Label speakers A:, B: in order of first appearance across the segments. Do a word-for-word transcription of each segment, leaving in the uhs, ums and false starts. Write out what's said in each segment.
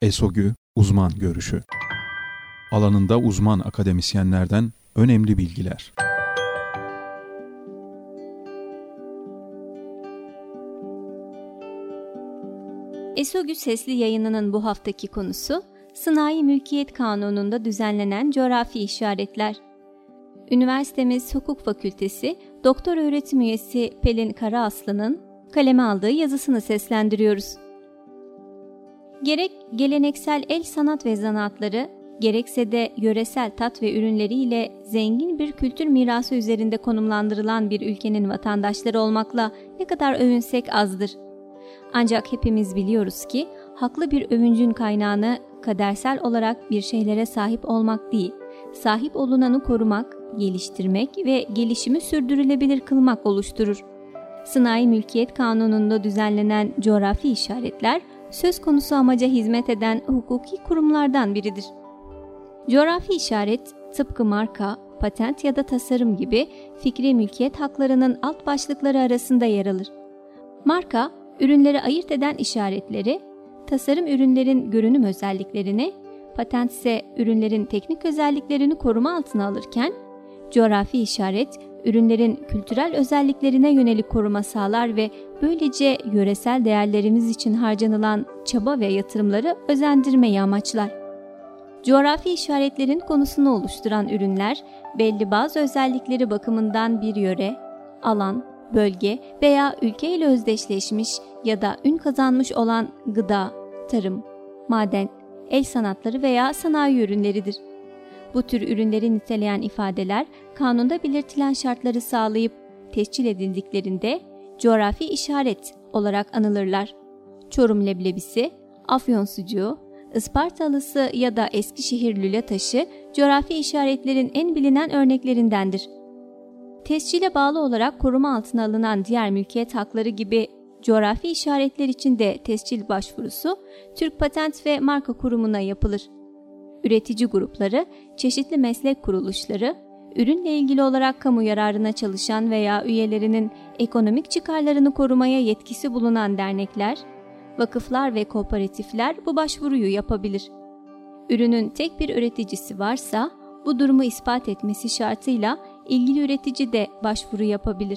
A: ESOGÜ Uzman Görüşü. Alanında uzman akademisyenlerden önemli bilgiler.
B: ESOGÜ Sesli Yayını'nın bu haftaki konusu, Sanayi Mülkiyet Kanunu'nda düzenlenen coğrafi işaretler. Üniversitemiz Hukuk Fakültesi Doktor Öğretim Üyesi Pelin Karaaslı'nın kaleme aldığı yazısını seslendiriyoruz. Gerek geleneksel el sanat ve zanaatları, gerekse de yöresel tat ve ürünleriyle zengin bir kültür mirası üzerinde konumlandırılan bir ülkenin vatandaşları olmakla ne kadar övünsek azdır. Ancak hepimiz biliyoruz ki haklı bir övüncün kaynağını kadersel olarak bir şeylere sahip olmak değil, sahip olunanı korumak, geliştirmek ve gelişimi sürdürülebilir kılmak oluşturur. Sanayi Mülkiyet Kanunu'nda düzenlenen coğrafi işaretler, söz konusu amaca hizmet eden hukuki kurumlardan biridir. Coğrafi işaret, tıpkı marka, patent ya da tasarım gibi fikri mülkiyet haklarının alt başlıkları arasında yer alır. Marka, ürünleri ayırt eden işaretleri, tasarım ürünlerin görünüm özelliklerini, patent ise ürünlerin teknik özelliklerini koruma altına alırken, coğrafi işaret, ürünlerin kültürel özelliklerine yönelik koruma sağlar ve böylece yöresel değerlerimiz için harcanılan çaba ve yatırımları özendirmeyi amaçlar. Coğrafi işaretlerin konusunu oluşturan ürünler, belli bazı özellikleri bakımından bir yöre, alan, bölge veya ülkeyle özdeşleşmiş ya da ün kazanmış olan gıda, tarım, maden, el sanatları veya sanayi ürünleridir. Bu tür ürünleri niteleyen ifadeler kanunda belirtilen şartları sağlayıp tescil edildiklerinde coğrafi işaret olarak anılırlar. Çorum leblebisi, Afyon sucuğu, Isparta halısı ya da Eskişehir lüle taşı coğrafi işaretlerin en bilinen örneklerindendir. Tescile bağlı olarak koruma altına alınan diğer mülkiyet hakları gibi coğrafi işaretler için de tescil başvurusu Türk Patent ve Marka Kurumu'na yapılır. Üretici grupları, çeşitli meslek kuruluşları, ürünle ilgili olarak kamu yararına çalışan veya üyelerinin ekonomik çıkarlarını korumaya yetkisi bulunan dernekler, vakıflar ve kooperatifler bu başvuruyu yapabilir. Ürünün tek bir üreticisi varsa, bu durumu ispat etmesi şartıyla ilgili üretici de başvuru yapabilir.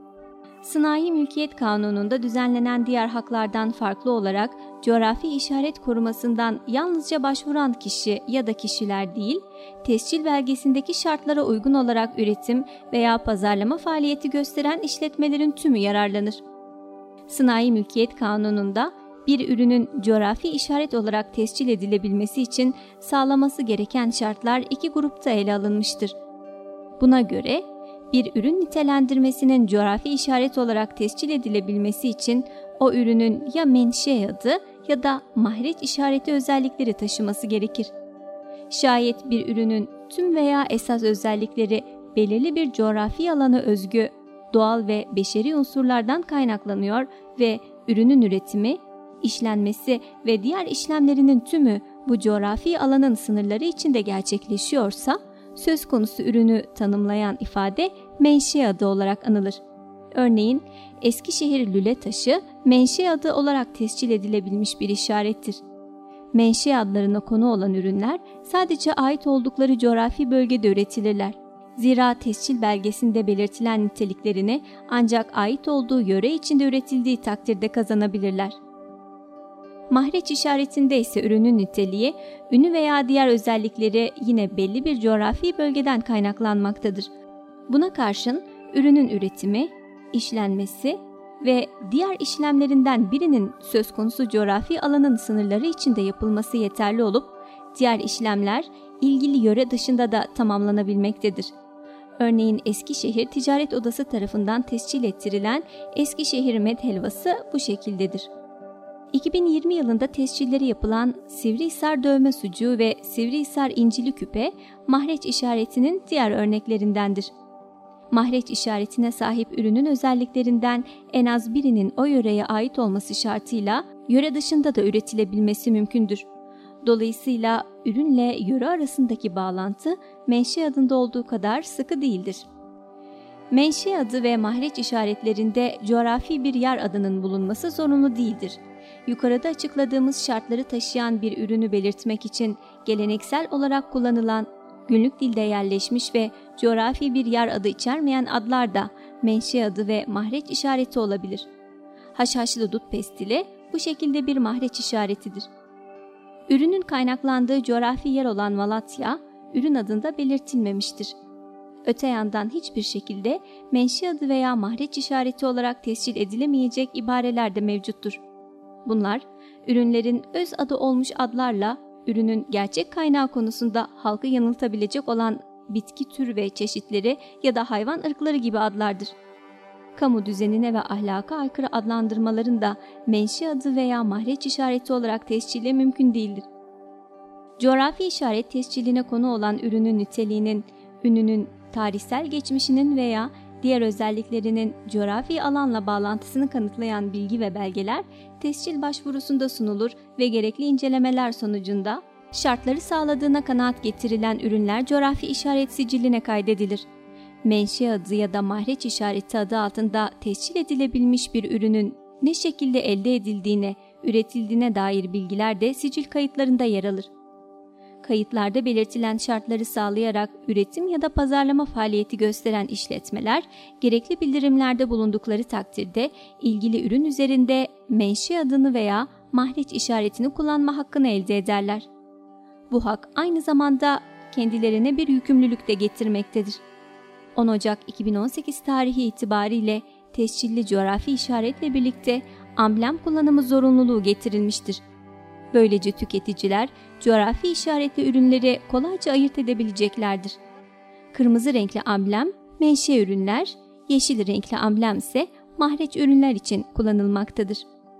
B: Sanayi Mülkiyet Kanunu'nda düzenlenen diğer haklardan farklı olarak coğrafi işaret korumasından yalnızca başvuran kişi ya da kişiler değil, tescil belgesindeki şartlara uygun olarak üretim veya pazarlama faaliyeti gösteren işletmelerin tümü yararlanır. Sanayi Mülkiyet Kanunu'nda bir ürünün coğrafi işaret olarak tescil edilebilmesi için sağlaması gereken şartlar iki grupta ele alınmıştır. Buna göre, bir ürün nitelendirmesinin coğrafi işaret olarak tescil edilebilmesi için o ürünün ya menşe adı ya da mahreç işareti özellikleri taşıması gerekir. Şayet bir ürünün tüm veya esas özellikleri belirli bir coğrafi alana özgü, doğal ve beşeri unsurlardan kaynaklanıyor ve ürünün üretimi, işlenmesi ve diğer işlemlerinin tümü bu coğrafi alanın sınırları içinde gerçekleşiyorsa, söz konusu ürünü tanımlayan ifade menşe adı olarak anılır. Örneğin Eskişehir lüle taşı menşe adı olarak tescil edilebilmiş bir işarettir. Menşe adlarına konu olan ürünler sadece ait oldukları coğrafi bölgede üretilirler. Zira tescil belgesinde belirtilen niteliklerini ancak ait olduğu yöre içinde üretildiği takdirde kazanabilirler. Mahreç işaretinde ise ürünün niteliği, ünü veya diğer özellikleri yine belli bir coğrafi bölgeden kaynaklanmaktadır. Buna karşın ürünün üretimi, işlenmesi ve diğer işlemlerinden birinin söz konusu coğrafi alanın sınırları içinde yapılması yeterli olup, diğer işlemler ilgili yöre dışında da tamamlanabilmektedir. Örneğin Eskişehir Ticaret Odası tarafından tescil ettirilen Eskişehir med helvası bu şekildedir. iki bin yirmi yılında tescilleri yapılan Sivrihisar dövme sucuğu ve Sivrihisar incili küpe, mahreç işaretinin diğer örneklerindendir. Mahreç işaretine sahip ürünün özelliklerinden en az birinin o yöreye ait olması şartıyla yöre dışında da üretilebilmesi mümkündür. Dolayısıyla ürünle yöre arasındaki bağlantı menşe adında olduğu kadar sıkı değildir. Menşe adı ve mahreç işaretlerinde coğrafi bir yer adının bulunması zorunlu değildir. yukarıda açıkladığımız şartları taşıyan bir ürünü belirtmek için geleneksel olarak kullanılan, günlük dilde yerleşmiş ve coğrafi bir yer adı içermeyen adlar da menşe adı ve mahreç işareti olabilir. Haşhaşlı dut pestili bu şekilde bir mahreç işaretidir. Ürünün kaynaklandığı coğrafi yer olan Malatya, ürün adında belirtilmemiştir. Öte yandan hiçbir şekilde menşe adı veya mahreç işareti olarak tescil edilemeyecek ibareler de mevcuttur. Bunlar, ürünlerin öz adı olmuş adlarla ürünün gerçek kaynağı konusunda halkı yanıltabilecek olan bitki tür ve çeşitleri ya da hayvan ırkları gibi adlardır. Kamu düzenine ve ahlaka aykırı adlandırmaların da menşe adı veya mahreç işareti olarak tescili mümkün değildir. Coğrafi işaret tesciline konu olan ürünün niteliğinin, ününün, tarihsel geçmişinin veya diğer özelliklerinin coğrafi alanla bağlantısını kanıtlayan bilgi ve belgeler tescil başvurusunda sunulur ve gerekli incelemeler sonucunda şartları sağladığına kanaat getirilen ürünler coğrafi işaret siciline kaydedilir. Menşe adı ya da mahreç işareti adı altında tescil edilebilmiş bir ürünün ne şekilde elde edildiğine, üretildiğine dair bilgiler de sicil kayıtlarında yer alır. Kayıtlarda belirtilen şartları sağlayarak üretim ya da pazarlama faaliyeti gösteren işletmeler, gerekli bildirimlerde bulundukları takdirde ilgili ürün üzerinde menşe adını veya mahreç işaretini kullanma hakkını elde ederler. Bu hak aynı zamanda kendilerine bir yükümlülük de getirmektedir. on Ocak iki bin on sekiz tarihi itibariyle tescilli coğrafi işaretle birlikte amblem kullanımı zorunluluğu getirilmiştir. Böylece tüketiciler coğrafi işaretli ürünleri kolayca ayırt edebileceklerdir. Kırmızı renkli amblem menşe ürünler, yeşil renkli amblem ise mahreç ürünler için kullanılmaktadır.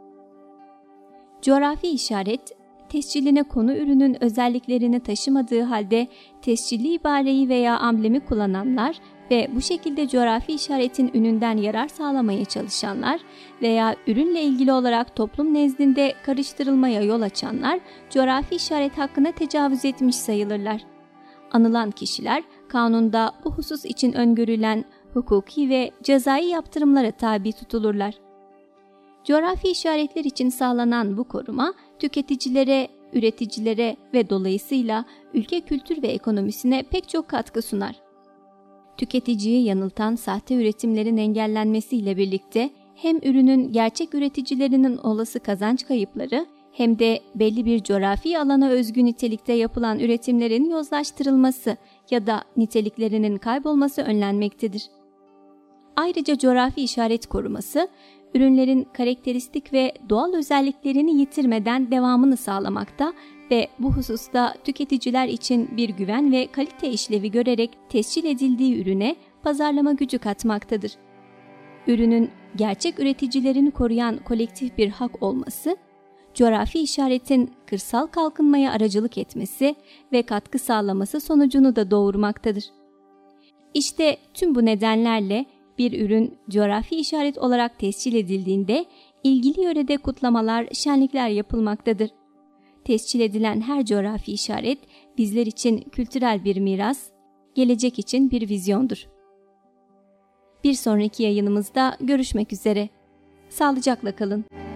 B: Coğrafi işaret, tesciline konu ürünün özelliklerini taşımadığı halde tescilli ibareyi veya amblemi kullananlar ve bu şekilde coğrafi işaretin ününden yarar sağlamaya çalışanlar veya ürünle ilgili olarak toplum nezdinde karıştırılmaya yol açanlar coğrafi işaret hakkına tecavüz etmiş sayılırlar. Anılan kişiler kanunda bu husus için öngörülen hukuki ve cezai yaptırımlara tabi tutulurlar. Coğrafi işaretler için sağlanan bu koruma tüketicilere, üreticilere ve dolayısıyla ülke kültür ve ekonomisine pek çok katkı sunar. Tüketiciyi yanıltan sahte üretimlerin engellenmesiyle birlikte hem ürünün gerçek üreticilerinin olası kazanç kayıpları hem de belli bir coğrafi alana özgü nitelikte yapılan üretimlerin yozlaştırılması ya da niteliklerinin kaybolması önlenmektedir. Ayrıca coğrafi işaret koruması, ürünlerin karakteristik ve doğal özelliklerini yitirmeden devamını sağlamakta ve bu hususta tüketiciler için bir güven ve kalite işlevi görerek tescil edildiği ürüne pazarlama gücü katmaktadır. Ürünün gerçek üreticilerini koruyan kolektif bir hak olması, coğrafi işaretin kırsal kalkınmaya aracılık etmesi ve katkı sağlaması sonucunu da doğurmaktadır. İşte tüm bu nedenlerle bir ürün coğrafi işaret olarak tescil edildiğinde ilgili yörede kutlamalar, şenlikler yapılmaktadır. Tescil edilen her coğrafi işaret bizler için kültürel bir miras, gelecek için bir vizyondur. Bir sonraki yayınımızda görüşmek üzere. Sağlıcakla kalın.